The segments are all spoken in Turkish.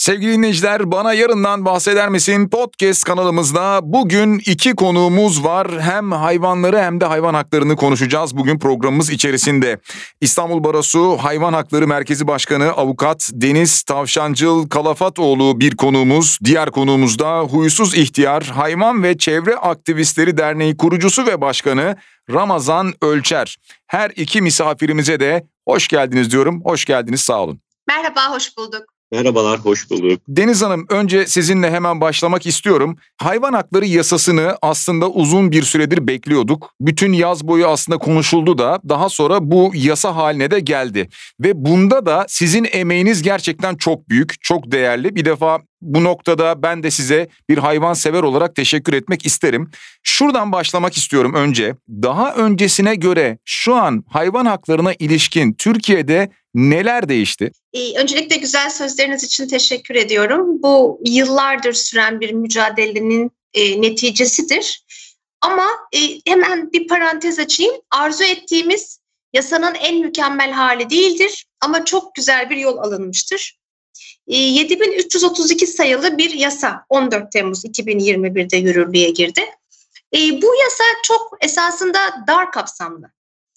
Sevgili dinleyiciler, Bana Yarından Bahseder Misin podcast kanalımızda bugün iki konuğumuz var. Hem hayvanları hem de hayvan haklarını konuşacağız bugün programımız içerisinde. İstanbul Barosu Hayvan Hakları Merkezi Başkanı Avukat Deniz Tavşancıl Kalafatoğlu bir konuğumuz. Diğer konuğumuz da Huysuz İhtiyar Hayvan ve Çevre Aktivistleri Derneği kurucusu ve başkanı Ramazan Ölçer. Her iki misafirimize de hoş geldiniz diyorum. Hoş geldiniz, sağ olun. Merhaba, hoş bulduk. Merhabalar, hoş bulduk. Deniz Hanım, önce sizinle hemen başlamak istiyorum. Hayvan hakları yasasını aslında uzun bir süredir bekliyorduk. Bütün yaz boyu aslında konuşuldu da daha sonra bu yasa haline de geldi. Ve bunda da sizin emeğiniz gerçekten çok büyük, çok değerli. Bir defa bu noktada ben de size bir hayvan sever olarak teşekkür etmek isterim. Şuradan başlamak istiyorum önce. Daha öncesine göre şu an hayvan haklarına ilişkin Türkiye'de neler değişti? Öncelikle güzel sözleriniz için teşekkür ediyorum. Bu yıllardır süren bir mücadelenin neticesidir. Ama hemen bir parantez açayım. Arzu ettiğimiz yasanın en mükemmel hali değildir ama çok güzel bir yol alınmıştır. 7332 sayılı bir yasa 14 Temmuz 2021'de yürürlüğe girdi. Bu yasa çok esasında dar kapsamlı.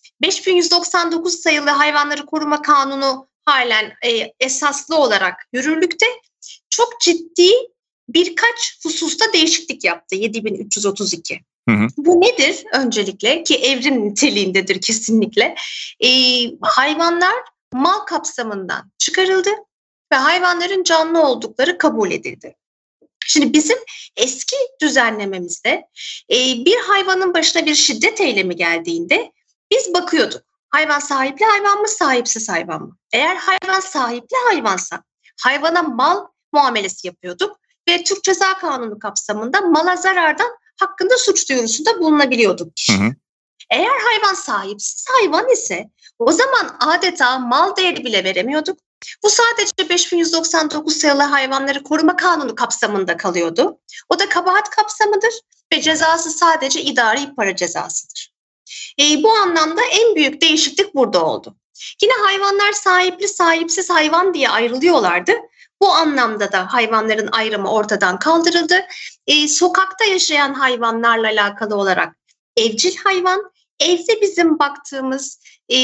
5199 sayılı Hayvanları Koruma Kanunu halen esaslı olarak yürürlükte. Çok ciddi birkaç hususta değişiklik yaptı 7332. Bu nedir öncelikle, ki evrim niteliğindedir kesinlikle. Hayvanlar mal kapsamından çıkarıldı ve hayvanların canlı oldukları kabul edildi. Şimdi bizim eski düzenlememizde bir hayvanın başına bir şiddet eylemi geldiğinde biz bakıyorduk. Hayvan sahipli hayvan mı, sahipsiz hayvan mı? Eğer hayvan sahipli hayvansa hayvana mal muamelesi yapıyorduk ve Türk Ceza Kanunu kapsamında mala zarardan hakkında suç duyurusunda bulunabiliyorduk. Eğer hayvan sahipsiz hayvan ise o zaman adeta mal değeri bile veremiyorduk. Bu sadece 5199 sayılı Hayvanları Koruma Kanunu kapsamında kalıyordu. O da kabahat kapsamıdır ve cezası sadece idari para cezasıdır. Bu anlamda en büyük değişiklik burada oldu. Yine hayvanlar sahipli, sahipsiz hayvan diye ayrılıyorlardı. Bu anlamda da hayvanların ayrımı ortadan kaldırıldı. Sokakta yaşayan hayvanlarla alakalı olarak evcil hayvan, evde bizim baktığımız,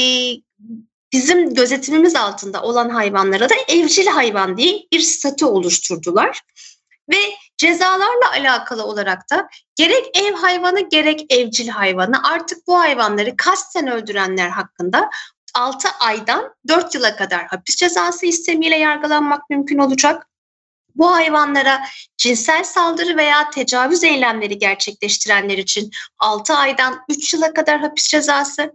bizim gözetimimiz altında olan hayvanlara da evcil hayvan diye bir statü oluşturdular. Ve cezalarla alakalı olarak da gerek ev hayvanı gerek evcil hayvanı artık bu hayvanları kasten öldürenler hakkında 6 aydan 4 yıla kadar hapis cezası istemiyle yargılanmak mümkün olacak. Bu hayvanlara cinsel saldırı veya tecavüz eylemleri gerçekleştirenler için 6 aydan 3 yıla kadar hapis cezası,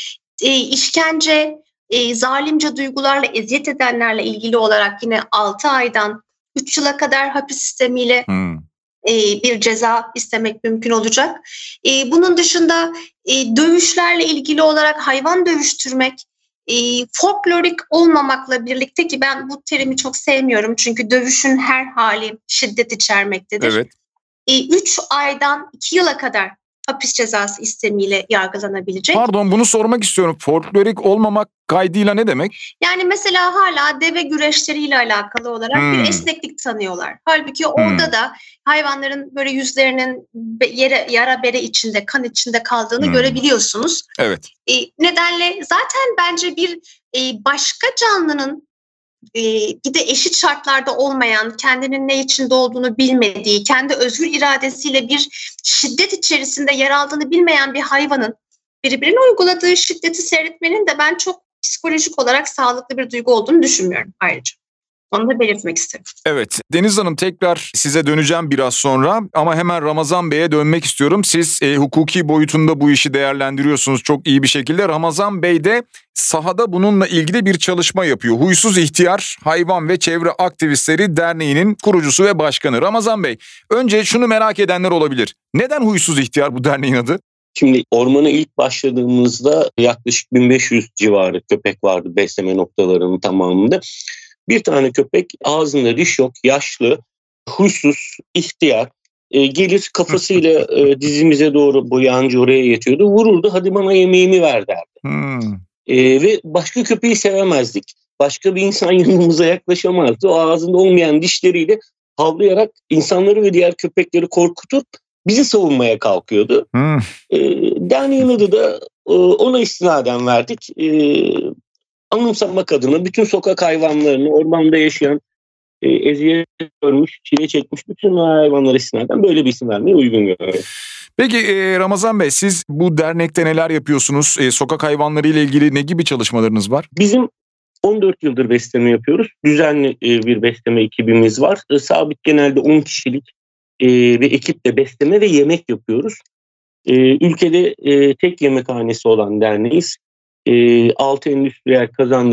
işkence, zalimce duygularla eziyet edenlerle ilgili olarak yine 6 aydan 3 yıla kadar hapis sistemiyle bir ceza istemek mümkün olacak. Bunun dışında dövüşlerle ilgili olarak hayvan dövüştürmek, folklorik olmamakla birlikte, ki ben bu terimi çok sevmiyorum çünkü dövüşün her hali şiddet içermektedir. Evet. 3 aydan 2 yıla kadar hapis cezası istemiyle yargılanabilecek. Pardon, bunu sormak istiyorum. Folklorik olmamak kaydıyla ne demek? Yani mesela hala deve güreşleriyle alakalı olarak bir esneklik tanıyorlar. Halbuki orada da hayvanların böyle yüzlerinin yara bere içinde, kan içinde kaldığını görebiliyorsunuz. Evet. Nedenle zaten bence bir başka canlının bir de eşit şartlarda olmayan, kendinin ne içinde olduğunu bilmediği, kendi özgür iradesiyle bir şiddet içerisinde yer aldığını bilmeyen bir hayvanın birbirine uyguladığı şiddeti seyretmenin de ben çok psikolojik olarak sağlıklı bir duygu olduğunu düşünmüyorum ayrıca. Onu da belirtmek isterim. Evet, Deniz Hanım, tekrar size döneceğim biraz sonra ama hemen Ramazan Bey'e dönmek istiyorum. Siz hukuki boyutunda bu işi değerlendiriyorsunuz çok iyi bir şekilde. Ramazan Bey de sahada bununla ilgili bir çalışma yapıyor. Huysuz İhtiyar Hayvan ve Çevre Aktivistleri Derneği'nin kurucusu ve başkanı. Ramazan Bey, önce şunu merak edenler olabilir. Neden Huysuz İhtiyar bu derneğin adı? Şimdi ormana ilk başladığımızda yaklaşık 1500 civarı köpek vardı besleme noktalarının tamamında. Bir tane köpek, ağzında diş yok, yaşlı, huysuz, ihtiyar, gelir kafasıyla dizimize doğru, bu yancı oraya yetiyordu, vururdu, hadi bana yemeğimi ver derdi. Ve başka köpeği sevemezdik. başka bir insan yanımıza yaklaşamazdı. O ağzında olmayan dişleriyle havlayarak insanları ve diğer köpekleri korkutup bizi savunmaya kalkıyordu. Derneğin adı da ona istinaden verdik. Anımsamak adına bütün sokak hayvanlarını, ormanda yaşayan, eziyet görmüş, çile çekmiş bütün hayvanlara istinaden böyle bir isim vermeye uygun görüyorum. Peki Ramazan Bey, siz bu dernekte neler yapıyorsunuz? Sokak hayvanları ile ilgili ne gibi çalışmalarınız var? Bizim 14 yıldır besleme yapıyoruz. Düzenli bir besleme ekibimiz var. Sabit genelde 10 kişilik bir ekiple besleme ve yemek yapıyoruz. Ülkede tek yemekhanesi olan derneğiz. 6 endüstriyel kazanda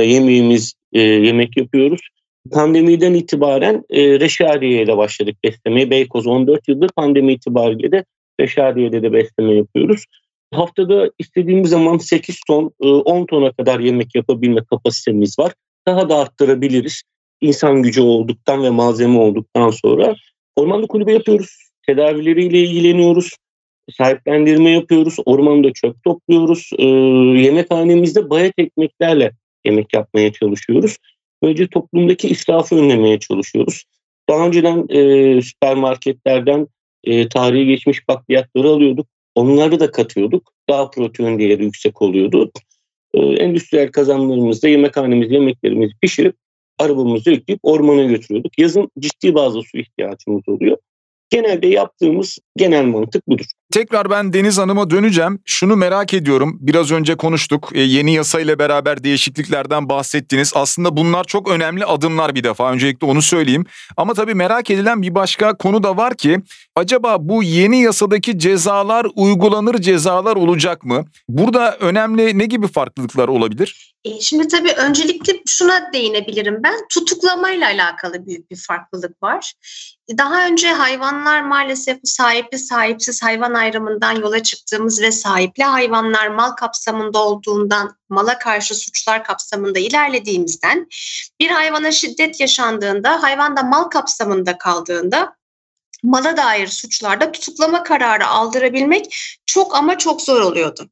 yemek yapıyoruz. Pandemiden itibaren Reşadiye ile başladık beslemeye. Beykoz 14 yıldır, pandemi itibariyle de Reşadiye'de de besleme yapıyoruz. Haftada istediğimiz zaman 8 ton, 10 tona kadar yemek yapabilme kapasitemiz var. Daha da arttırabiliriz. İnsan gücü olduktan ve malzeme olduktan sonra. Ormanda kulübe yapıyoruz. Tedavileriyle ilgileniyoruz. Sahiplendirme yapıyoruz. Ormanda çöp topluyoruz. Yemekhanemizde bayat ekmeklerle yemek yapmaya çalışıyoruz. Böylece toplumdaki israfı önlemeye çalışıyoruz. Daha önceden süpermarketlerden tarihi geçmiş bakliyatları alıyorduk. Onları da katıyorduk. Daha protein değeri yüksek oluyordu. Endüstriyel kazanlarımızda yemekhanemizde yemeklerimizi pişirip arabamızı yükleyip ormana götürüyorduk. Yazın ciddi bazı su ihtiyacımız oluyor. Genelde yaptığımız genel mantık budur. Tekrar ben Deniz Hanım'a döneceğim. Şunu merak ediyorum. Biraz önce konuştuk. Yeni yasa ile beraber değişikliklerden bahsettiniz. Aslında bunlar çok önemli adımlar bir defa. Öncelikle onu söyleyeyim. Ama tabii merak edilen bir başka konu da var ki acaba bu yeni yasadaki cezalar uygulanır cezalar olacak mı? Burada önemli ne gibi farklılıklar olabilir? Şimdi tabii öncelikle şuna değinebilirim ben. Tutuklamayla alakalı büyük bir farklılık var. Daha önce hayvanlar maalesef sahipli sahipsiz hayvan ayrımından yola çıktığımız ve sahipli hayvanlar mal kapsamında olduğundan mala karşı suçlar kapsamında ilerlediğimizden bir hayvana şiddet yaşandığında, hayvan da mal kapsamında kaldığında mala dair suçlarda tutuklama kararı aldırabilmek çok ama çok zor oluyordu.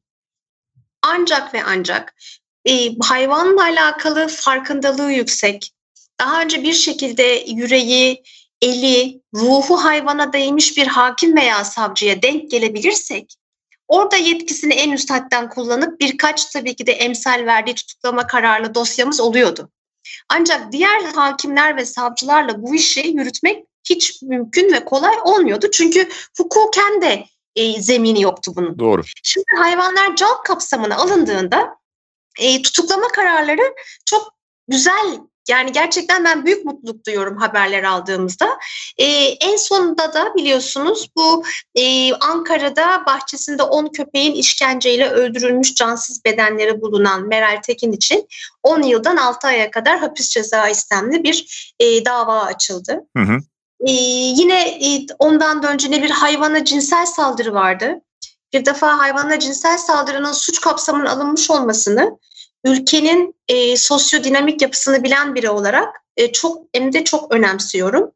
Ancak ve ancak hayvanla alakalı farkındalığı yüksek, daha önce bir şekilde yüreği, eli, ruhu hayvana değmiş bir hakim veya savcıya denk gelebilirsek, orada yetkisini en üst hadden kullanıp birkaç tabii ki de emsal verdiği tutuklama kararlı dosyamız oluyordu. Ancak diğer hakimler ve savcılarla bu işi yürütmek hiç mümkün ve kolay olmuyordu. Çünkü hukuken de zemini yoktu bunun. Doğru. Şimdi hayvanlar can kapsamına alındığında tutuklama kararları çok güzel, yani gerçekten ben büyük mutluluk duyuyorum haberler aldığımızda. En sonunda da biliyorsunuz bu Ankara'da bahçesinde 10 köpeğin işkenceyle öldürülmüş cansız bedenleri bulunan Meral Tekin için 10 yıldan 6 aya kadar hapis ceza istemli bir dava açıldı. Hı hı. Yine ondan da önce bir hayvana cinsel saldırı vardı. Bir defa hayvana cinsel saldırının suç kapsamına alınmış olmasını ülkenin sosyodinamik yapısını bilen biri olarak hem de çok önemsiyorum.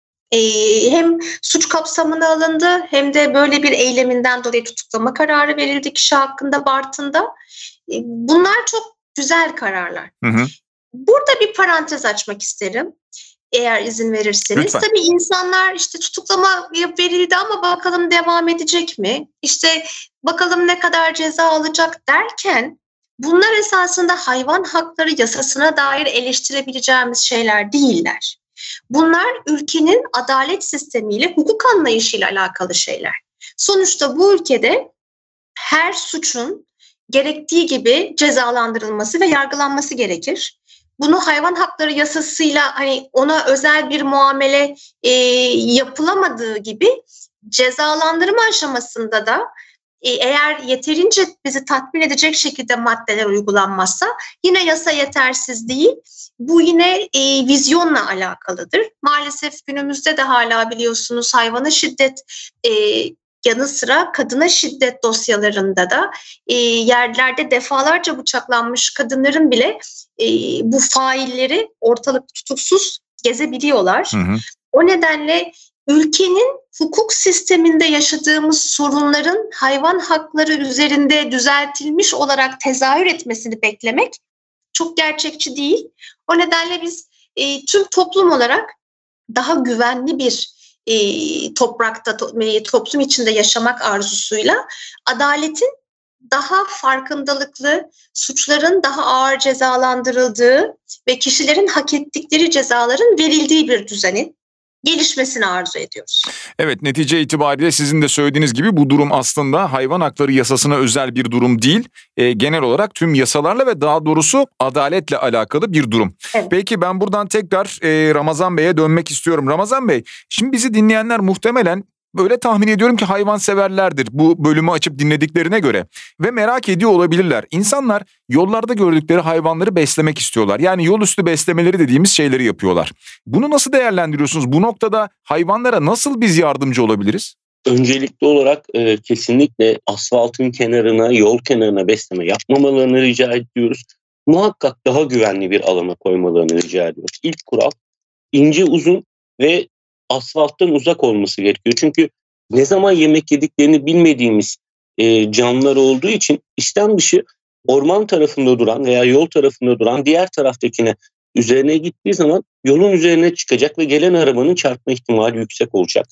Hem suç kapsamına alındı hem de böyle bir eyleminden dolayı tutuklama kararı verildi kişi hakkında Bartın'da. Bunlar çok güzel kararlar. Hı hı. Burada bir parantez açmak isterim. Eğer izin verirseniz. Lütfen. Tabii insanlar işte tutuklama verildi ama bakalım devam edecek mi? İşte bakalım ne kadar ceza alacak derken bunlar esasında hayvan hakları yasasına dair eleştirebileceğimiz şeyler değiller. Bunlar ülkenin adalet sistemiyle, hukuk anlayışıyla alakalı şeyler. Sonuçta bu ülkede her suçun gerektiği gibi cezalandırılması ve yargılanması gerekir. Bunu hayvan hakları yasasıyla hani ona özel bir muamele yapılamadığı gibi cezalandırma aşamasında da eğer yeterince bizi tatmin edecek şekilde maddeler uygulanmazsa yine yasa yetersiz değil. Bu yine vizyonla alakalıdır. Maalesef günümüzde de hala biliyorsunuz hayvana şiddet yanı sıra kadına şiddet dosyalarında da yerlerde defalarca bıçaklanmış kadınların bile bu failleri ortalık tutuksuz gezebiliyorlar. Hı hı. O nedenle ülkenin hukuk sisteminde yaşadığımız sorunların hayvan hakları üzerinde düzeltilmiş olarak tezahür etmesini beklemek çok gerçekçi değil. O nedenle biz tüm toplum olarak daha güvenli bir toprakta, toplum içinde yaşamak arzusuyla adaletin daha farkındalıklı, suçların daha ağır cezalandırıldığı ve kişilerin hak ettikleri cezaların verildiği bir düzenin gelişmesini arzu ediyoruz. Evet, netice itibariyle sizin de söylediğiniz gibi bu durum aslında hayvan hakları yasasına özel bir durum değil. Genel olarak tüm yasalarla ve daha doğrusu adaletle alakalı bir durum. Evet. Peki ben buradan tekrar Ramazan Bey'e dönmek istiyorum. Ramazan Bey, şimdi bizi dinleyenler muhtemelen böyle tahmin ediyorum ki hayvanseverlerdir bu bölümü açıp dinlediklerine göre ve merak ediyor olabilirler. İnsanlar yollarda gördükleri hayvanları beslemek istiyorlar. Yani yol üstü beslemeleri dediğimiz şeyleri yapıyorlar. Bunu nasıl değerlendiriyorsunuz? Bu noktada hayvanlara nasıl biz yardımcı olabiliriz? Öncelikli olarak kesinlikle asfaltın kenarına, yol kenarına besleme yapmamalarını rica ediyoruz. Muhakkak daha güvenli bir alana koymalarını rica ediyoruz. İlk kural ince uzun ve asfalttan uzak olması gerekiyor. Çünkü ne zaman yemek yediklerini bilmediğimiz canlılar olduğu için istem dışı orman tarafında duran veya yol tarafında duran diğer taraftakine üzerine gittiği zaman yolun üzerine çıkacak ve gelen arabanın çarpma ihtimali yüksek olacak.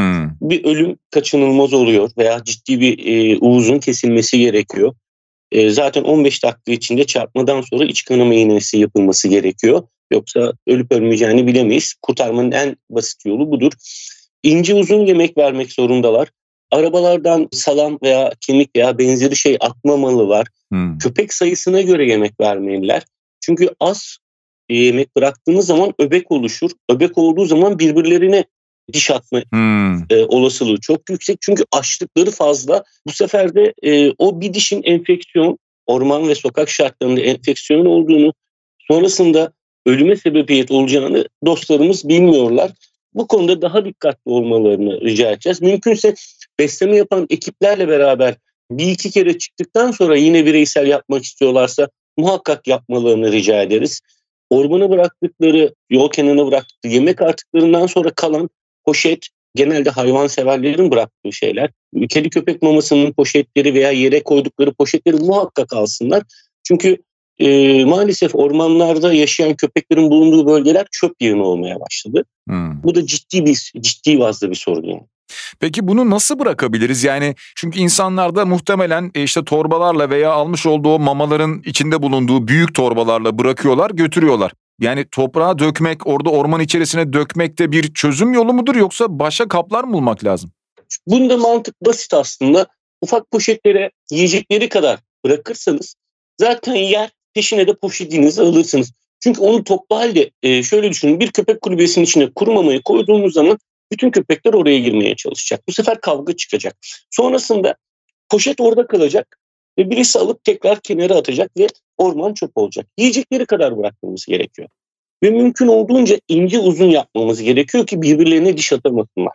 Bir ölüm kaçınılmaz oluyor veya ciddi bir uğuzun kesilmesi gerekiyor. Zaten 15 dakika içinde çarpmadan sonra iç kanama iğnesi yapılması gerekiyor. Yoksa ölüp ölmeyeceğini bilemeyiz. Kurtarmanın en basit yolu budur. İnce uzun yemek vermek zorundalar. Arabalardan salam veya kemik veya benzeri şey atmamalılar. Köpek sayısına göre yemek vermeliler. Çünkü az yemek bıraktığınız zaman öbek oluşur. Öbek olduğu zaman birbirlerine diş atma olasılığı çok yüksek. Çünkü açlıkları fazla. Bu sefer de o bir dişin enfeksiyon, orman ve sokak şartlarında enfeksiyon olduğunu, sonrasında ölüme sebebiyet olacağını dostlarımız bilmiyorlar. Bu konuda daha dikkatli olmalarını rica edeceğiz. Mümkünse besleme yapan ekiplerle beraber bir iki kere çıktıktan sonra yine bireysel yapmak istiyorlarsa muhakkak yapmalarını rica ederiz. Ormana bıraktıkları, yol kenarına bıraktıkları yemek artıklarından sonra kalan poşet, genelde hayvanseverlerin bıraktığı şeyler. Kedi köpek mamasının poşetleri veya yere koydukları poşetleri muhakkak alsınlar. Çünkü maalesef ormanlarda yaşayan köpeklerin bulunduğu bölgeler çöp yığını olmaya başladı. Bu da ciddi bazda bir sorun yani. Peki bunu nasıl bırakabiliriz? Yani çünkü insanlar da muhtemelen işte torbalarla veya almış olduğu mamaların içinde bulunduğu büyük torbalarla bırakıyorlar, götürüyorlar. Yani toprağa dökmek, orada orman içerisine dökmek de bir çözüm yolu mudur yoksa başka kaplar mı bulmak lazım? Bunda mantık basit aslında. Ufak poşetlere yiyecekleri kadar bırakırsanız zaten yer, peşine de poşetinizi alırsınız. Çünkü onu toplu halde şöyle düşünün, bir köpek kulübesinin içine kuru mamayı koyduğumuz zaman bütün köpekler oraya girmeye çalışacak. Bu sefer kavga çıkacak. Sonrasında poşet orada kalacak ve birisi alıp tekrar kenara atacak ve orman çöp olacak. Yiyecekleri kadar bırakmamız gerekiyor. Ve mümkün olduğunca ince uzun yapmamız gerekiyor ki birbirlerine diş atamasınlar.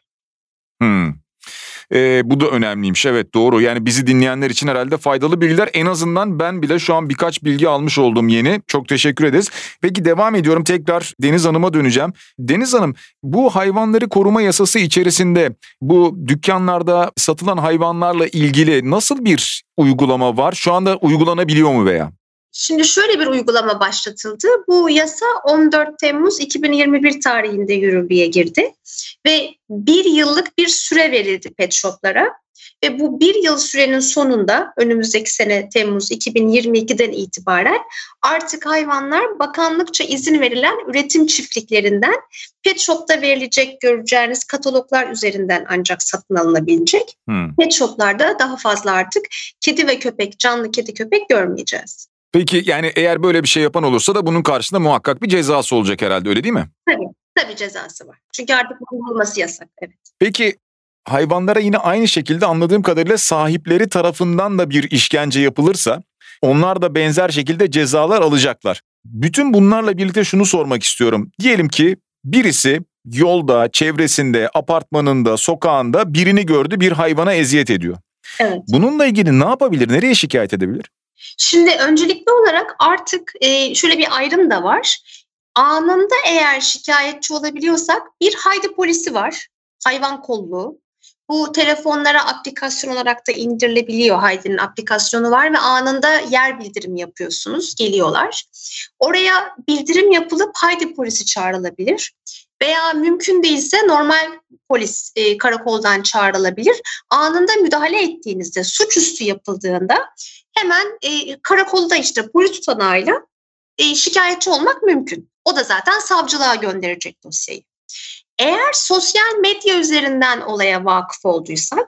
Bu da önemliymiş, evet, doğru. Yani bizi dinleyenler için herhalde faydalı bilgiler. En azından ben bile şu an birkaç bilgi almış oldum yeni. Çok teşekkür ederiz. Peki devam ediyorum, tekrar Deniz Hanım'a döneceğim. Deniz Hanım, bu hayvanları koruma yasası içerisinde bu dükkanlarda satılan hayvanlarla ilgili nasıl bir uygulama var? Şu anda uygulanabiliyor mu veya? Şimdi şöyle bir uygulama başlatıldı. Bu yasa 14 Temmuz 2021 tarihinde yürürlüğe girdi ve 1 yıllık bir süre verildi pet shoplara ve bu 1 yıl sürenin sonunda önümüzdeki sene Temmuz 2022'den itibaren artık hayvanlar bakanlıkça izin verilen üretim çiftliklerinden pet shop'ta verilecek göreceğiniz kataloglar üzerinden ancak satın alınabilecek. Pet shop'larda daha fazla artık kedi ve köpek, canlı kedi köpek görmeyeceğiz. Peki yani eğer böyle bir şey yapan olursa da bunun karşısında muhakkak bir cezası olacak herhalde, öyle değil mi? Tabii cezası var. Çünkü artık olması yasak. Evet. Peki hayvanlara yine aynı şekilde anladığım kadarıyla sahipleri tarafından da bir işkence yapılırsa onlar da benzer şekilde cezalar alacaklar. Bütün bunlarla birlikte şunu sormak istiyorum. Diyelim ki birisi yolda, çevresinde, apartmanında, sokağında birini gördü, bir hayvana eziyet ediyor. Evet. Bununla ilgili ne yapabilir? Nereye şikayet edebilir? Şimdi öncelikli olarak artık şöyle bir ayrım da var. Anında eğer şikayetçi olabiliyorsak bir haydi polisi var, hayvan kolluğu. bu telefonlara aplikasyon olarak da indirilebiliyor. Haydi'nin aplikasyonu var ve anında yer bildirimi yapıyorsunuz. Geliyorlar. Oraya bildirim yapılıp Haydi polisi çağrılabilir. Veya mümkün değilse normal polis karakoldan çağrılabilir. Anında müdahale ettiğinizde, suçüstü yapıldığında hemen karakolda işte polis tutanağıyla şikayetçi olmak mümkün. O da zaten savcılığa gönderecek dosyayı. Eğer sosyal medya üzerinden olaya vakıf olduysak,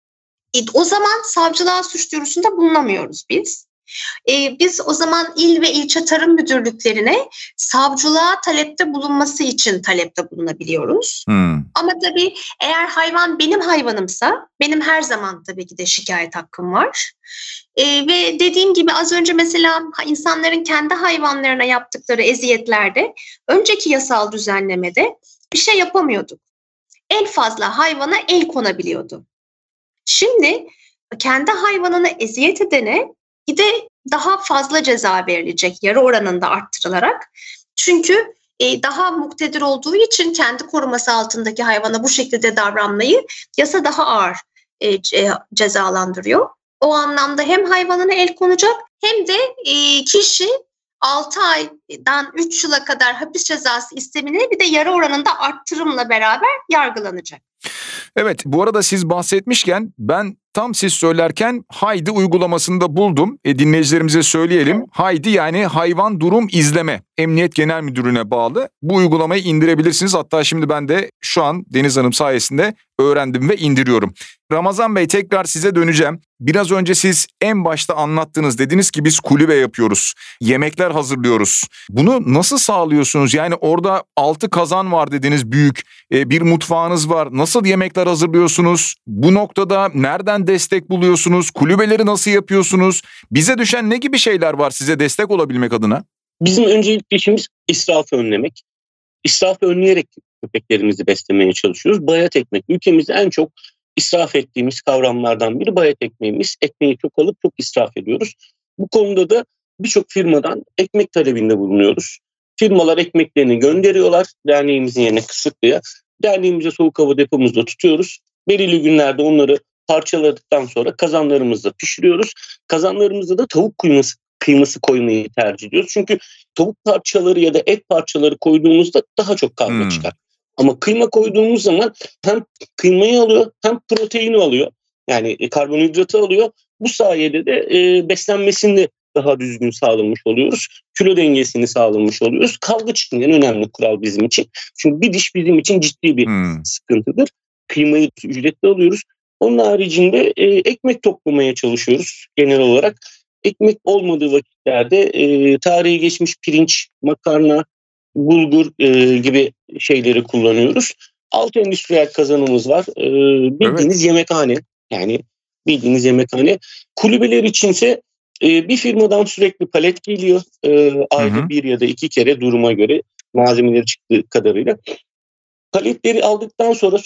o zaman savcılığa suç duyurusunda bulunamıyoruz biz. Biz o zaman il ve ilçe tarım müdürlüklerine savcılığa talepte bulunması için talepte bulunabiliyoruz. Ama tabii eğer hayvan benim hayvanımsa benim her zaman tabii ki de şikayet hakkım var. Ve dediğim gibi az önce mesela insanların kendi hayvanlarına yaptıkları eziyetlerde önceki yasal düzenlemede bir şey yapamıyorduk. En fazla hayvana el konabiliyordu. Şimdi kendi hayvanına eziyet edene bir de daha fazla ceza verilecek, yarı oranında arttırılarak. Çünkü daha muktedir olduğu için kendi koruması altındaki hayvana bu şekilde davranmayı yasa daha ağır cezalandırıyor. O anlamda hem hayvanına el konacak hem de kişi 6 aydan 3 yıla kadar hapis cezası istemine bir de yarı oranında arttırımla beraber yargılanacak. Evet, bu arada siz bahsetmişken ben tam siz söylerken Haydi uygulamasında buldum. Dinleyicilerimize söyleyelim. Haydi yani hayvan durum izleme. Emniyet Genel Müdürlüğü'ne bağlı. Bu uygulamayı indirebilirsiniz. Hatta şimdi ben de şu an Deniz Hanım sayesinde öğrendim ve indiriyorum. Ramazan Bey, tekrar size döneceğim. Biraz önce siz en başta anlattınız. Dediniz ki biz kulübe yapıyoruz. Yemekler hazırlıyoruz. Bunu nasıl sağlıyorsunuz? Yani orada 6 kazan var dediniz, büyük. Bir mutfağınız var. Nasıl yemekler hazırlıyorsunuz? Bu noktada nereden destek buluyorsunuz? Kulübeleri nasıl yapıyorsunuz? Bize düşen ne gibi şeyler var size destek olabilmek adına? Bizim öncelikli işimiz israfı önlemek. İsrafı önleyerek köpeklerimizi beslemeye çalışıyoruz. Bayat ekmek. Ülkemizde en çok israf ettiğimiz kavramlardan biri bayat ekmeğimiz. Ekmeği çok alıp çok israf ediyoruz. Bu konuda da birçok firmadan ekmek talebinde bulunuyoruz. Firmalar ekmeklerini gönderiyorlar derneğimizin yerine Kısıklı'ya. Derneğimize soğuk hava depomuzda tutuyoruz. Belirli günlerde onları parçaladıktan sonra kazanlarımızda pişiriyoruz. Kazanlarımızda da tavuk kıyması koymayı tercih ediyoruz. Çünkü tavuk parçaları ya da et parçaları koyduğumuzda daha çok kavga çıkar. Ama kıyma koyduğumuz zaman hem kıymayı alıyor hem proteini alıyor. Yani karbonhidratı alıyor. Bu sayede de beslenmesini daha düzgün sağlamış oluyoruz. Kilo dengesini sağlamış oluyoruz. Kavga çıkmayan önemli kural bizim için. Çünkü bir diş bizim için ciddi bir sıkıntıdır. Kıymayı ücretli alıyoruz. Onun haricinde ekmek toplamaya çalışıyoruz genel olarak. Ekmek olmadığı vakitlerde tarihi geçmiş pirinç, makarna, bulgur gibi şeyleri kullanıyoruz. Alt endüstriyel kazanımız var. Bildiğiniz yemekhane. Yani bildiğiniz yemekhane. Kulübeler içinse bir firmadan sürekli palet geliyor. Ayda bir ya da 2 kere duruma göre malzemeleri çıktığı kadarıyla. Paletleri aldıktan sonra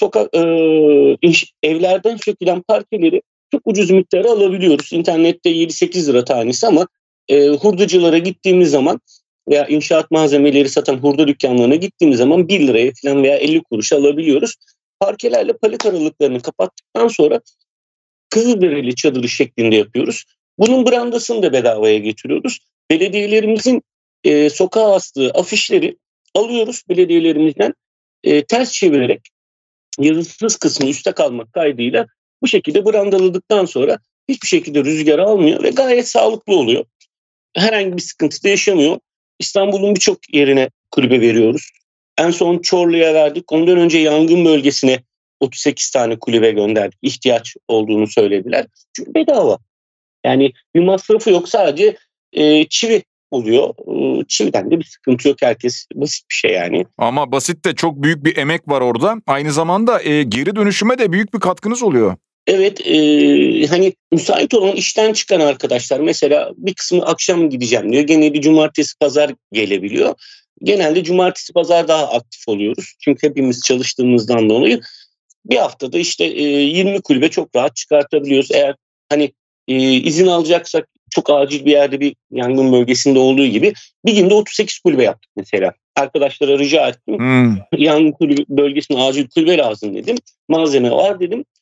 evlerden sökülen parkeleri çok ucuz miktara alabiliyoruz. İnternette 7-8 lira tanesi ama hurdacılara gittiğimiz zaman veya inşaat malzemeleri satan hurda dükkanlarına gittiğimiz zaman 1 liraya falan veya 50 kuruşa alabiliyoruz. Parkelerle palet aralıklarını kapattıktan sonra Kızılderili çadırı şeklinde yapıyoruz. Bunun brandasını da bedavaya getiriyoruz. Belediyelerimizin sokağa astığı afişleri alıyoruz belediyelerimizden. Ters çevirerek yazısız kısmı üstte kalmak kaydıyla bu şekilde brandaladıktan sonra hiçbir şekilde rüzgar almıyor ve gayet sağlıklı oluyor. Herhangi bir sıkıntı da yaşamıyor. İstanbul'un birçok yerine kulübe veriyoruz. En son Çorlu'ya verdik. Ondan önce yangın bölgesine 38 tane kulübe gönderdik. İhtiyaç olduğunu söylediler. Çünkü bedava. Yani bir masrafı yok, sadece çivi oluyor. Çividen de bir sıkıntı yok, herkes basit bir şey yani. Ama basit de çok büyük bir emek var orada. Aynı zamanda geri dönüşüme de büyük bir katkınız oluyor. Evet, hani müsait olan işten çıkan arkadaşlar mesela bir kısmı akşam gideceğim diyor. Genelde cumartesi pazar gelebiliyor. Genelde cumartesi pazar daha aktif oluyoruz. Çünkü hepimiz çalıştığımızdan dolayı bir haftada işte 20 kulübe çok rahat çıkartabiliyoruz. Eğer hani izin alacaksak çok acil bir yerde bir yangın bölgesinde olduğu gibi bir günde 38 kulübe yaptık mesela. Arkadaşlara rica ettim. Yangın bölgesine acil kulübe lazım dedim. Malzeme var dedim.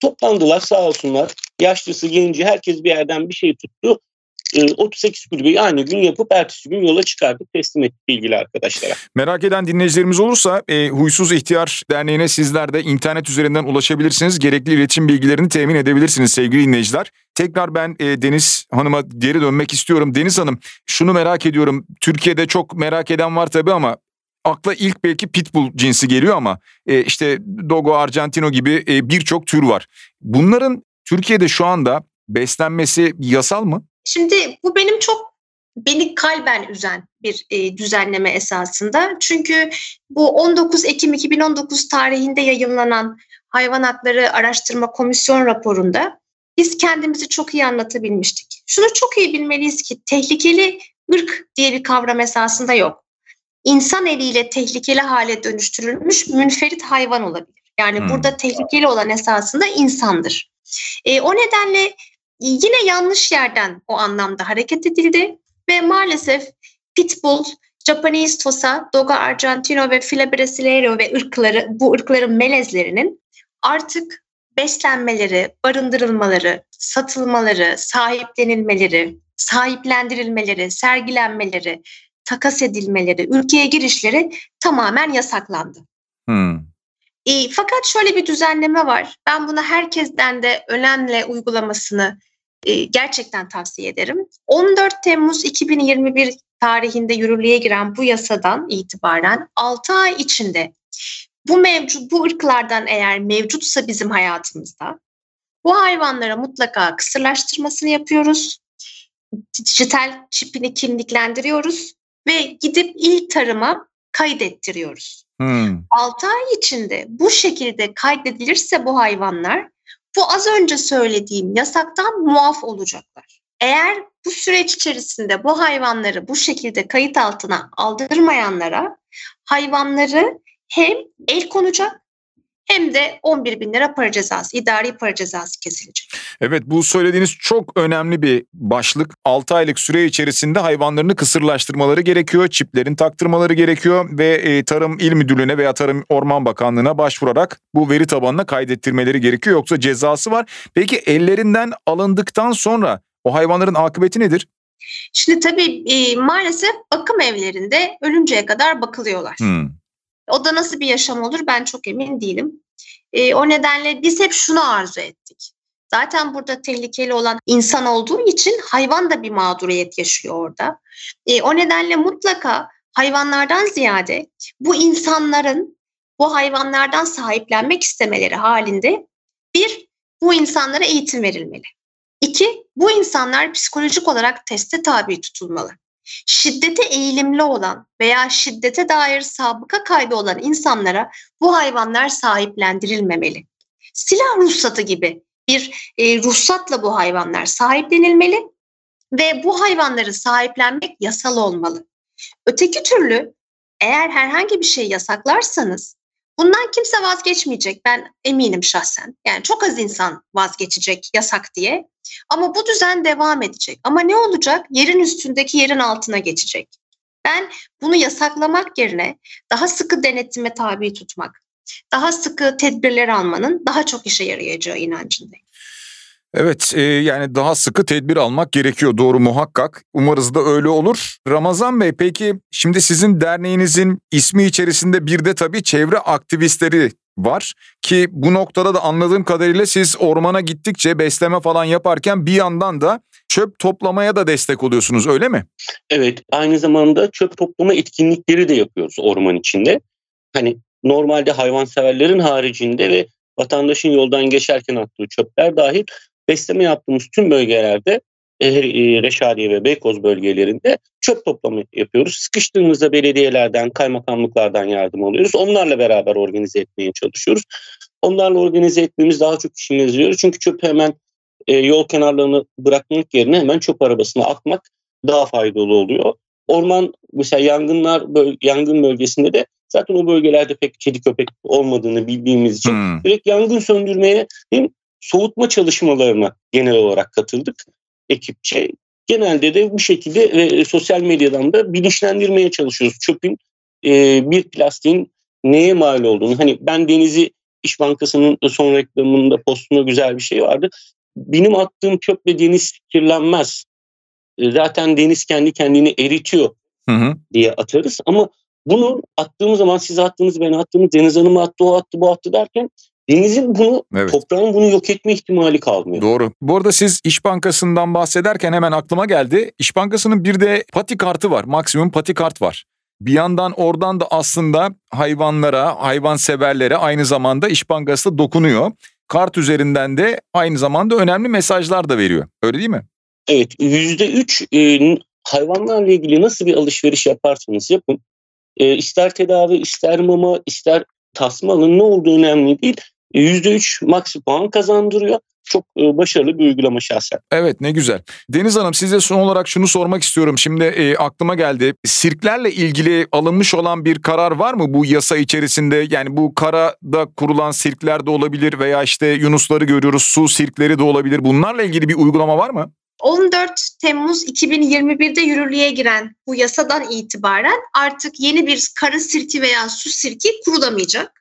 Toplandılar sağ olsunlar. Yaşlısı, genci herkes bir yerden bir şey tuttu. 38 kulübeyi aynı gün yapıp ertesi gün yola çıkardık, teslim ettik ilgili arkadaşlara. Merak eden dinleyicilerimiz olursa Huysuz İhtiyar Derneği'ne sizler de internet üzerinden ulaşabilirsiniz. Gerekli iletişim bilgilerini temin edebilirsiniz sevgili dinleyiciler. Tekrar ben Deniz Hanım'a geri dönmek istiyorum. Deniz Hanım, şunu merak ediyorum. Türkiye'de çok merak eden var tabii ama akla ilk belki pitbull cinsi geliyor ama işte Dogo, Argentino gibi birçok tür var. Bunların Türkiye'de şu anda beslenmesi yasal mı? Şimdi bu beni kalben üzen bir düzenleme esasında. Çünkü bu 19 Ekim 2019 tarihinde yayınlanan Hayvan Hakları Araştırma Komisyon raporunda biz kendimizi çok iyi anlatabilmiştik. Şunu çok iyi bilmeliyiz ki tehlikeli ırk diye bir kavram esasında yok. İnsan eliyle tehlikeli hale dönüştürülmüş münferit hayvan olabilir. Yani burada tehlikeli olan esasında insandır. O nedenle yine yanlış yerden o anlamda hareket edildi ve maalesef Pitbull, Japanese Tosa, Dogo Argentino ve Fila Brasileiro ve bu ırkların melezlerinin artık beslenmeleri, barındırılmaları, satılmaları, sahiplenilmeleri, sahiplendirilmeleri, sergilenmeleri, takas edilmeleri, ülkeye girişleri tamamen yasaklandı. Fakat şöyle bir düzenleme var. Ben bunu herkesten de önemli uygulamasını gerçekten tavsiye ederim. 14 Temmuz 2021 tarihinde yürürlüğe giren bu yasadan itibaren 6 ay içinde bu ırklardan eğer mevcutsa bizim hayatımızda bu hayvanlara mutlaka kısırlaştırmasını yapıyoruz. Dijital çipini kimliklendiriyoruz ve gidip il tarıma kaydettiriyoruz. 6 ay içinde bu şekilde kaydedilirse bu hayvanlar bu az önce söylediğim yasaktan muaf olacaklar. Eğer bu süreç içerisinde bu hayvanları bu şekilde kayıt altına aldırmayanlara hayvanları hem el konacak hem de 11.000 lira para cezası, idari para cezası kesilecek. Evet, bu söylediğiniz çok önemli bir başlık. 6 aylık süre içerisinde hayvanlarını kısırlaştırmaları gerekiyor, çiplerin taktırmaları gerekiyor ve Tarım İl Müdürlüğü'ne veya Tarım Orman Bakanlığı'na başvurarak bu veri tabanına kaydettirmeleri gerekiyor. Yoksa cezası var. Peki ellerinden alındıktan sonra o hayvanların akıbeti nedir? Şimdi tabii maalesef bakım evlerinde ölünceye kadar bakılıyorlar. O da nasıl bir yaşam olur ben çok emin değilim. O nedenle biz hep şunu arzu ettik. Zaten burada tehlikeli olan insan olduğu için hayvan da bir mağduriyet yaşıyor orada. O nedenle mutlaka hayvanlardan ziyade bu insanların bu hayvanlardan sahiplenmek istemeleri halinde bu insanlara eğitim verilmeli. 2, bu insanlar psikolojik olarak teste tabi tutulmalı. Şiddete eğilimli olan veya şiddete dair sabıka kaydı olan insanlara bu hayvanlar sahiplendirilmemeli. Silah ruhsatı gibi bir ruhsatla bu hayvanlar sahiplenilmeli ve bu hayvanları sahiplenmek yasal olmalı. Öteki türlü eğer herhangi bir şey yasaklarsanız bundan kimse vazgeçmeyecek, ben eminim şahsen. Yani çok az insan vazgeçecek yasak diye. Ama bu düzen devam edecek. Ama ne olacak? Yerin üstündeki yerin altına geçecek. Ben bunu yasaklamak yerine daha sıkı denetime tabi tutmak, daha sıkı tedbirler almanın daha çok işe yarayacağı inancındayım. Evet, yani daha sıkı tedbir almak gerekiyor, doğru, muhakkak. Umarız da öyle olur. Ramazan Bey, peki şimdi sizin derneğinizin ismi içerisinde bir de tabii çevre aktivistleri var ki bu noktada da anladığım kadarıyla siz ormana gittikçe besleme falan yaparken bir yandan da çöp toplamaya da destek oluyorsunuz, öyle mi? Evet, aynı zamanda çöp toplama etkinlikleri de yapıyoruz orman içinde. Hani normalde hayvanseverlerin haricinde ve vatandaşın yoldan geçerken attığı çöpler dahil besleme yaptığımız tüm bölgelerde Reşadiye ve Beykoz bölgelerinde çöp toplama yapıyoruz. Sıkıştığımızda belediyelerden, kaymakamlıklardan yardım alıyoruz. Onlarla beraber organize etmeye çalışıyoruz. Onlarla organize etmemiz daha çok işimize yarıyor. Çünkü çöpü hemen yol kenarlarına bırakmak yerine hemen çöp arabasına atmak daha faydalı oluyor. Orman mesela yangın bölgesinde de zaten o bölgelerde pek kedi köpek olmadığını bildiğimiz için direkt yangın söndürmeye soğutma çalışmalarına genel olarak katıldık ekipçe. Genelde de bu şekilde ve sosyal medyadan da bilinçlendirmeye çalışıyoruz. Çöpün bir plastiğin neye mal olduğunu. Hani ben denizi İş Bankası'nın son reklamında, postunda güzel bir şey vardı. Benim attığım çöple deniz kirlenmez. Zaten deniz kendi kendini eritiyor diye atarız. Ama bunu attığımız zaman, siz attığınız, ben attığımız, Deniz Hanım attı, o attı, bu attı derken denizin bunu, toprağın bunu yok etme ihtimali kalmıyor. Doğru. Bu arada siz İş Bankası'ndan bahsederken hemen aklıma geldi. İş Bankası'nın bir de pati kartı var. Maksimum pati kart var. Bir yandan oradan da aslında hayvanlara, hayvanseverlere aynı zamanda İş Bankası da dokunuyor. Kart üzerinden de aynı zamanda önemli mesajlar da veriyor. Öyle değil mi? Evet. %3 hayvanlarla ilgili nasıl bir alışveriş yaparsanız yapın. İster tedavi, ister mama, ister tasma alın, ne olduğu önemli değil. %3 maksi puan kazandırıyor. Çok başarılı bir uygulama şahsen. Evet, ne güzel. Deniz Hanım, size son olarak şunu sormak istiyorum. Şimdi aklıma geldi. Sirklerle ilgili alınmış olan bir karar var mı bu yasa içerisinde? Yani bu karada kurulan sirkler de olabilir veya işte yunusları görüyoruz, su sirkleri de olabilir. Bunlarla ilgili bir uygulama var mı? 14 Temmuz 2021'de yürürlüğe giren bu yasadan itibaren artık yeni bir kara sirki veya su sirki kurulamayacak.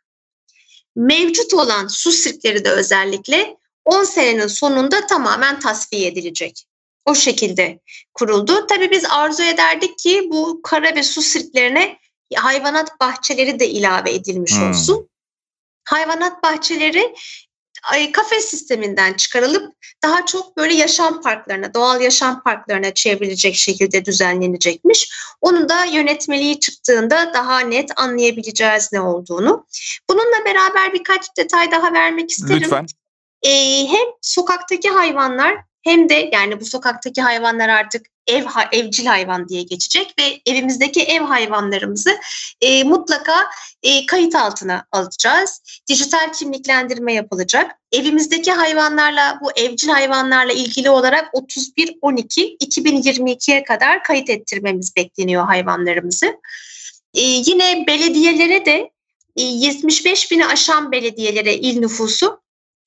Mevcut olan su sirkleri de özellikle 10 senenin sonunda tamamen tasfiye edilecek. O şekilde kuruldu. Tabii biz arzu ederdik ki bu kara ve su sirklerine hayvanat bahçeleri de ilave edilmiş olsun. Hayvanat bahçeleri kafes sisteminden çıkarılıp daha çok böyle yaşam parklarına, doğal yaşam parklarına çevrilecek şekilde düzenlenecekmiş. Onun da yönetmeliği çıktığında daha net anlayabileceğiz ne olduğunu. Bununla beraber birkaç detay daha vermek isterim. Lütfen. Hem sokaktaki hayvanlar hem de, yani bu sokaktaki hayvanlar artık evcil hayvan diye geçecek ve evimizdeki ev hayvanlarımızı mutlaka kayıt altına alacağız. Dijital kimliklendirme yapılacak. Evimizdeki hayvanlarla, bu evcil hayvanlarla ilgili olarak 31-12-2022'ye kadar kayıt ettirmemiz bekleniyor hayvanlarımızı. Yine belediyelere de 75 bini aşan belediyelere il nüfusu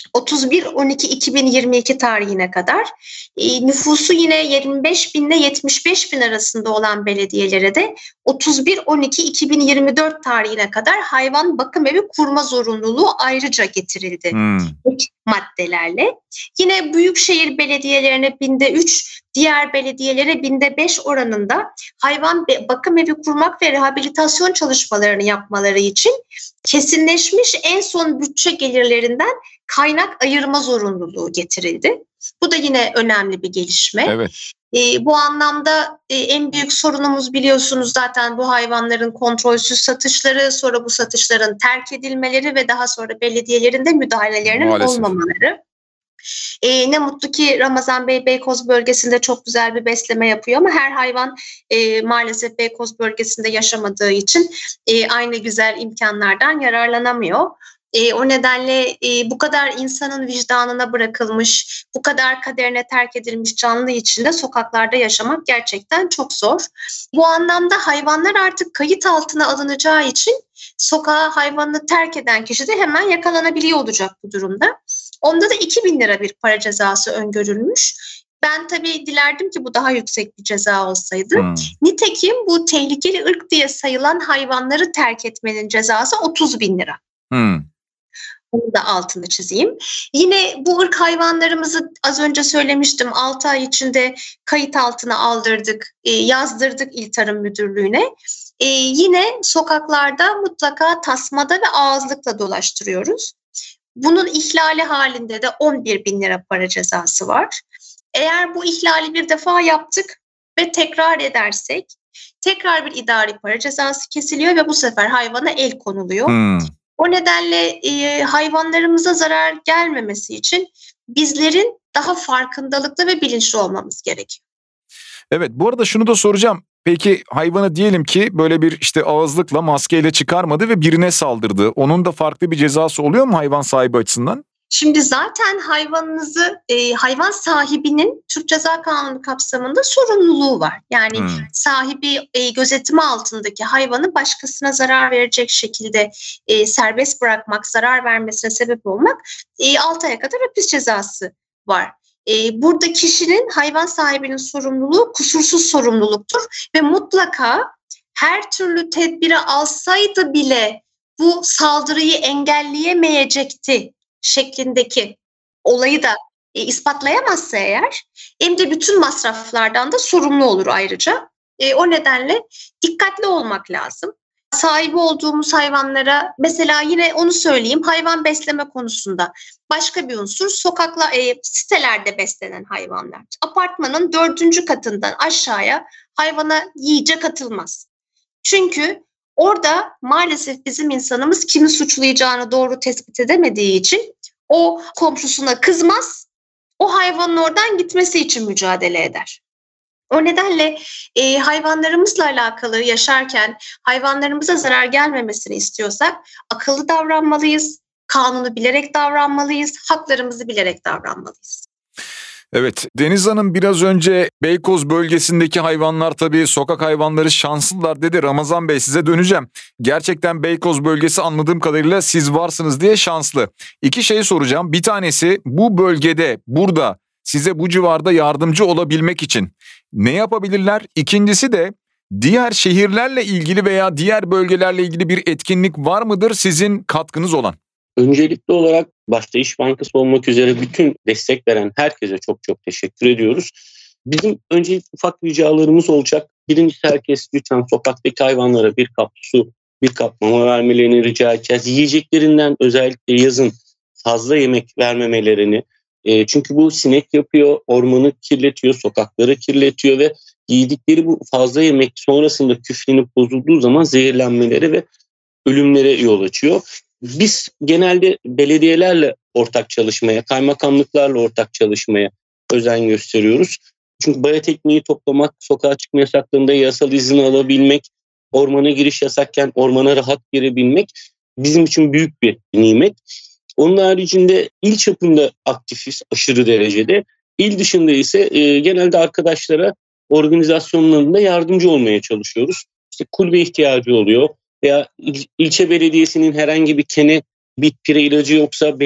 31-12-2022 tarihine kadar, nüfusu yine 25 bin ile 75 bin arasında olan belediyelere de 31-12-2024 tarihine kadar hayvan bakım evi kurma zorunluluğu ayrıca getirildi maddelerle. Yine büyükşehir belediyelerine binde 3, diğer belediyelere binde 5 oranında hayvan bakım evi kurmak ve rehabilitasyon çalışmalarını yapmaları için kesinleşmiş en son bütçe gelirlerinden kaynak ayırma zorunluluğu getirildi. Bu da yine önemli bir gelişme. Evet. Bu anlamda en büyük sorunumuz, biliyorsunuz zaten, bu hayvanların kontrolsüz satışları, sonra bu satışların terk edilmeleri ve daha sonra belediyelerin de müdahalelerinin olmamaları. Ne mutlu ki Ramazan Bey Beykoz bölgesinde çok güzel bir besleme yapıyor ama her hayvan maalesef Beykoz bölgesinde yaşamadığı için aynı güzel imkanlardan yararlanamıyor. O nedenle bu kadar insanın vicdanına bırakılmış, bu kadar kaderine terk edilmiş canlı içinde sokaklarda yaşamak gerçekten çok zor. Bu anlamda hayvanlar artık kayıt altına alınacağı için sokağa hayvanını terk eden kişi de hemen yakalanabiliyor olacak bu durumda. Onda da 2.000 lira bir para cezası öngörülmüş. Ben tabii dilerdim ki bu daha yüksek bir ceza olsaydı. Nitekim bu tehlikeli ırk diye sayılan hayvanları terk etmenin cezası 30.000 lira. Bunu da altını çizeyim. Yine bu ırk hayvanlarımızı az önce söylemiştim, 6 ay içinde kayıt altına aldırdık, yazdırdık İl Tarım Müdürlüğü'ne. Yine sokaklarda mutlaka tasmada ve ağızlıkla dolaştırıyoruz. Bunun ihlali halinde de 11.000 lira para cezası var. Eğer bu ihlali bir defa yaptık ve tekrar edersek tekrar bir idari para cezası kesiliyor ve bu sefer hayvana el konuluyor. O nedenle hayvanlarımıza zarar gelmemesi için bizlerin daha farkındalıklı ve bilinçli olmamız gerekiyor. Evet, bu arada şunu da soracağım. Peki hayvanı diyelim ki böyle bir işte ağızlıkla, maskeyle çıkarmadı ve birine saldırdı. Onun da farklı bir cezası oluyor mu hayvan sahibi açısından? Şimdi zaten hayvanınızı, hayvan sahibinin Türk Ceza Kanunu kapsamında sorumluluğu var. Yani sahibi gözetimi altındaki hayvanı başkasına zarar verecek şekilde serbest bırakmak, zarar vermesine sebep olmak 6 aya kadar hapis cezası var. Burada kişinin, hayvan sahibinin sorumluluğu kusursuz sorumluluktur ve mutlaka her türlü tedbiri alsaydı bile bu saldırıyı engelleyemeyecekti şeklindeki olayı da ispatlayamazsa eğer, hem de bütün masraflardan da sorumlu olur ayrıca. O nedenle dikkatli olmak lazım. Sahibi olduğumuz hayvanlara, mesela yine onu söyleyeyim, hayvan besleme konusunda başka bir unsur, sitelerde beslenen hayvanlar. Apartmanın 4. katından aşağıya hayvana yiyecek atılmaz. Çünkü orada maalesef bizim insanımız kimi suçlayacağını doğru tespit edemediği için o komşusuna kızmaz, o hayvanın oradan gitmesi için mücadele eder. O nedenle hayvanlarımızla alakalı yaşarken hayvanlarımıza zarar gelmemesini istiyorsak akıllı davranmalıyız, kanunu bilerek davranmalıyız, haklarımızı bilerek davranmalıyız. Evet, Deniz Hanım biraz önce Beykoz bölgesindeki hayvanlar, tabii sokak hayvanları şanslılar dedi. Ramazan Bey, size döneceğim. Gerçekten Beykoz bölgesi anladığım kadarıyla siz varsınız diye şanslı. 2 şey soracağım. Bir tanesi, bu bölgede, burada size bu civarda yardımcı olabilmek için ne yapabilirler? İkincisi de diğer şehirlerle ilgili veya diğer bölgelerle ilgili bir etkinlik var mıdır sizin katkınız olan? Öncelikli olarak başta İş Bankası olmak üzere bütün destek veren herkese çok çok teşekkür ediyoruz. Bizim öncelikle ufak ricalarımız olacak. Birincisi, herkes lütfen sokaktaki hayvanlara bir kap su, bir kap mama vermelerini rica edeceğiz. Yiyeceklerinden özellikle yazın fazla yemek vermemelerini. Çünkü bu sinek yapıyor, ormanı kirletiyor, sokakları kirletiyor ve yedikleri bu fazla yemek sonrasında küflenip bozulduğu zaman zehirlenmeleri ve ölümlere yol açıyor. Biz genelde belediyelerle ortak çalışmaya, kaymakamlıklarla ortak çalışmaya özen gösteriyoruz. Çünkü bayat ekmeği toplamak, sokağa çıkma yasaklarında yasal izin alabilmek, ormana giriş yasakken ormana rahat girebilmek bizim için büyük bir nimet. Onun haricinde il çapında aktifiz aşırı derecede. İl dışında ise genelde arkadaşlara organizasyonlarında yardımcı olmaya çalışıyoruz. İşte kulübe ihtiyacı oluyor veya ilçe belediyesinin herhangi bir bitpire ilacı yoksa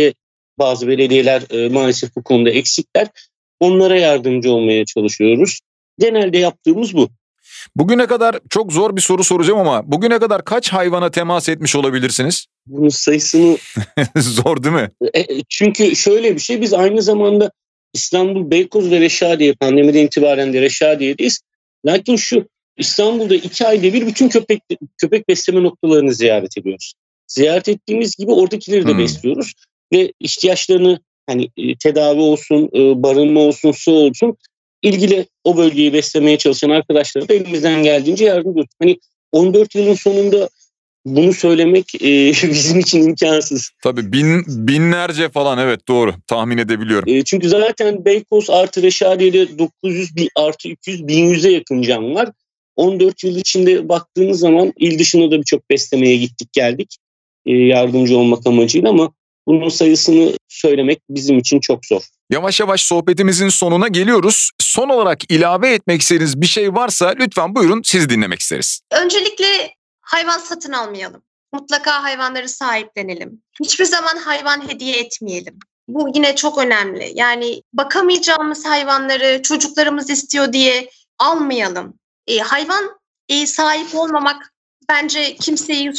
bazı belediyeler maalesef bu konuda eksikler. Onlara yardımcı olmaya çalışıyoruz. Genelde yaptığımız bu. Bugüne kadar çok zor bir soru soracağım ama bugüne kadar kaç hayvana temas etmiş olabilirsiniz? Bunun sayısını... Zor değil mi? Çünkü şöyle bir şey, biz aynı zamanda İstanbul, Beykoz ve Reşadiye, pandemiden itibaren de Reşadiye'deyiz. Lakin İstanbul'da 2 ayda bir bütün köpek besleme noktalarını ziyaret ediyoruz. Ziyaret ettiğimiz gibi oradakileri de besliyoruz ve ihtiyaçlarını, hani tedavi olsun, barınma olsun, su olsun, ilgili o bölgeyi beslemeye çalışan arkadaşlara da elimizden geldiğince yardımcı ediyoruz. Hani 14 yılın sonunda bunu söylemek bizim için imkansız. Tabii binlerce falan, evet, doğru, tahmin edebiliyorum. Çünkü zaten Beykoz artı Reşadiye'de 900 artı 200 1100'e yakın can var. 14 yıl içinde baktığımız zaman il dışında da birçok beslemeye gittik geldik yardımcı olmak amacıyla, ama bunun sayısını söylemek bizim için çok zor. Yavaş yavaş sohbetimizin sonuna geliyoruz. Son olarak ilave etmek istediğiniz bir şey varsa lütfen buyurun, sizi dinlemek isteriz. Öncelikle hayvan satın almayalım. Mutlaka hayvanları sahiplenelim. Hiçbir zaman hayvan hediye etmeyelim. Bu yine çok önemli. Yani bakamayacağımız hayvanları çocuklarımız istiyor diye almayalım. Hayvan sahip olmamak bence kimseyi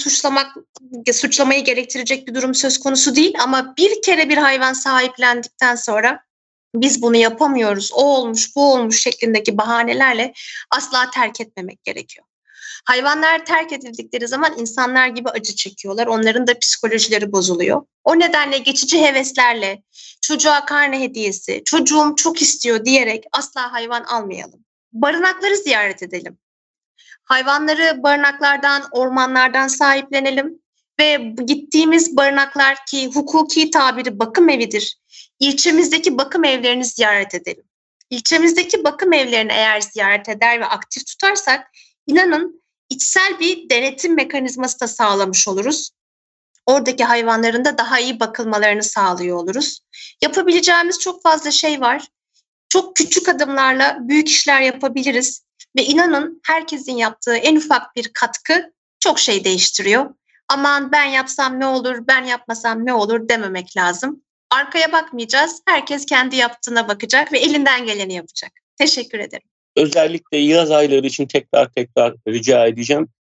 suçlamayı gerektirecek bir durum söz konusu değil. Ama bir kere bir hayvan sahiplendikten sonra biz bunu yapamıyoruz, o olmuş, bu olmuş şeklindeki bahanelerle asla terk etmemek gerekiyor. Hayvanlar terk edildikleri zaman insanlar gibi acı çekiyorlar. Onların da psikolojileri bozuluyor. O nedenle geçici heveslerle çocuğa karne hediyesi, çocuğum çok istiyor diyerek asla hayvan almayalım. Barınakları ziyaret edelim. Hayvanları barınaklardan, ormanlardan sahiplenelim ve gittiğimiz barınaklar, ki hukuki tabiri bakım evidir, İlçemizdeki bakım evlerini ziyaret edelim. İlçemizdeki bakım evlerini eğer ziyaret eder ve aktif tutarsak, inanın içsel bir denetim mekanizması da sağlamış oluruz. Oradaki hayvanların da daha iyi bakılmalarını sağlıyor oluruz. Yapabileceğimiz çok fazla şey var. Çok küçük adımlarla büyük işler yapabiliriz. Ve inanın herkesin yaptığı en ufak bir katkı çok şey değiştiriyor. Aman ben yapsam ne olur, ben yapmasam ne olur dememek lazım. Arkaya bakmayacağız. Herkes kendi yaptığına bakacak ve elinden geleni yapacak. Teşekkür ederim. Özellikle yaz ayları için tekrar rica edeceğim.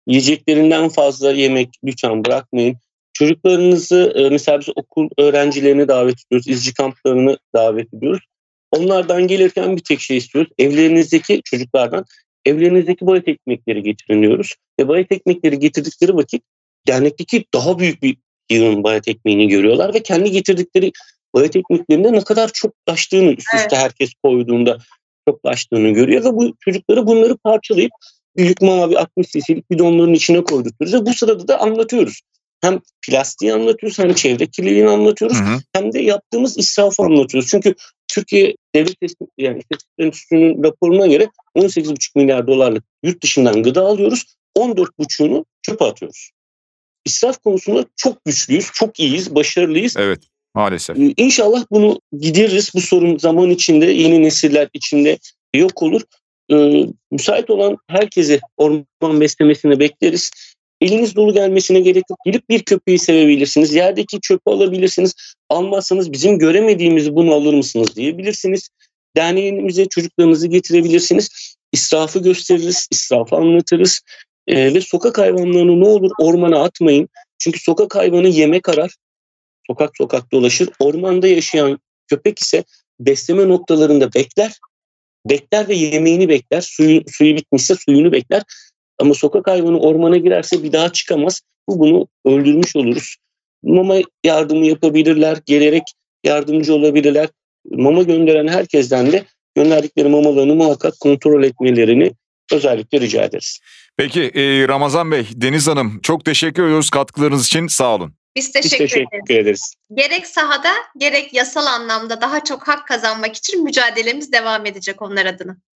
Yiyeceklerinden fazla yemek lütfen bırakmayın. Çocuklarınızı mesela biz okul öğrencilerini davet ediyoruz, izci kamplarını davet ediyoruz. Onlardan gelirken bir tek şey istiyoruz. Evlerinizdeki çocuklardan evlerinizdeki bayat ekmekleri getirin diyoruz. Ve bayat ekmekleri getirdikleri vakit dernekteki daha büyük bir yığın bayat ekmeğini görüyorlar ve kendi getirdikleri bayat ekmeklerinde ne kadar çoklaştığını üst üste herkes koyduğunda çoklaştığını görüyor ve bu çocukları bunları parçalayıp büyük mavi 60 cc'lik bidonların içine koydurtuyoruz ve bu sırada da anlatıyoruz. Hem plastiği anlatıyoruz, hem çevre kirliliğini anlatıyoruz, hem de yaptığımız israfı anlatıyoruz. Çünkü Türkiye Devlet İstatistik Enstitüsü'nün raporuna göre 18,5 milyar dolarlık yurt dışından gıda alıyoruz, 14,5'unu çöpe atıyoruz. İsraf konusunda çok güçlüyüz, çok iyiyiz, başarılıyız. Evet, maalesef. İnşallah bunu gideririz. Bu sorun zaman içinde, yeni nesiller içinde yok olur. Müsait olan herkese orman beslemesini bekleriz. Eliniz dolu gelmesine gerek yok. Gelip bir köpeği sevebilirsiniz. Yerdeki çöpü alabilirsiniz. Almazsanız bizim göremediğimiz bunu alır mısınız diyebilirsiniz. Derneğimize çocuklarınızı getirebilirsiniz. İsrafı gösteririz, israfı anlatırız. Ve sokak hayvanlarını ne olur ormana atmayın. Çünkü sokak hayvanı yemek arar. Sokak sokak dolaşır. Ormanda yaşayan köpek ise besleme noktalarında bekler. Bekler ve yemeğini bekler. Suyu bitmişse suyunu bekler. Ama sokak hayvanı ormana girerse bir daha çıkamaz. Bunu öldürmüş oluruz. Mama yardımı yapabilirler. Gelerek yardımcı olabilirler. Mama gönderen herkesten de gönderdikleri mamalarını muhakkak kontrol etmelerini özellikle rica ederiz. Peki Ramazan Bey, Deniz Hanım, çok teşekkür ediyoruz katkılarınız için. Sağ olun. Biz teşekkür ederiz. Gerek sahada gerek yasal anlamda daha çok hak kazanmak için mücadelemiz devam edecek onlar adına.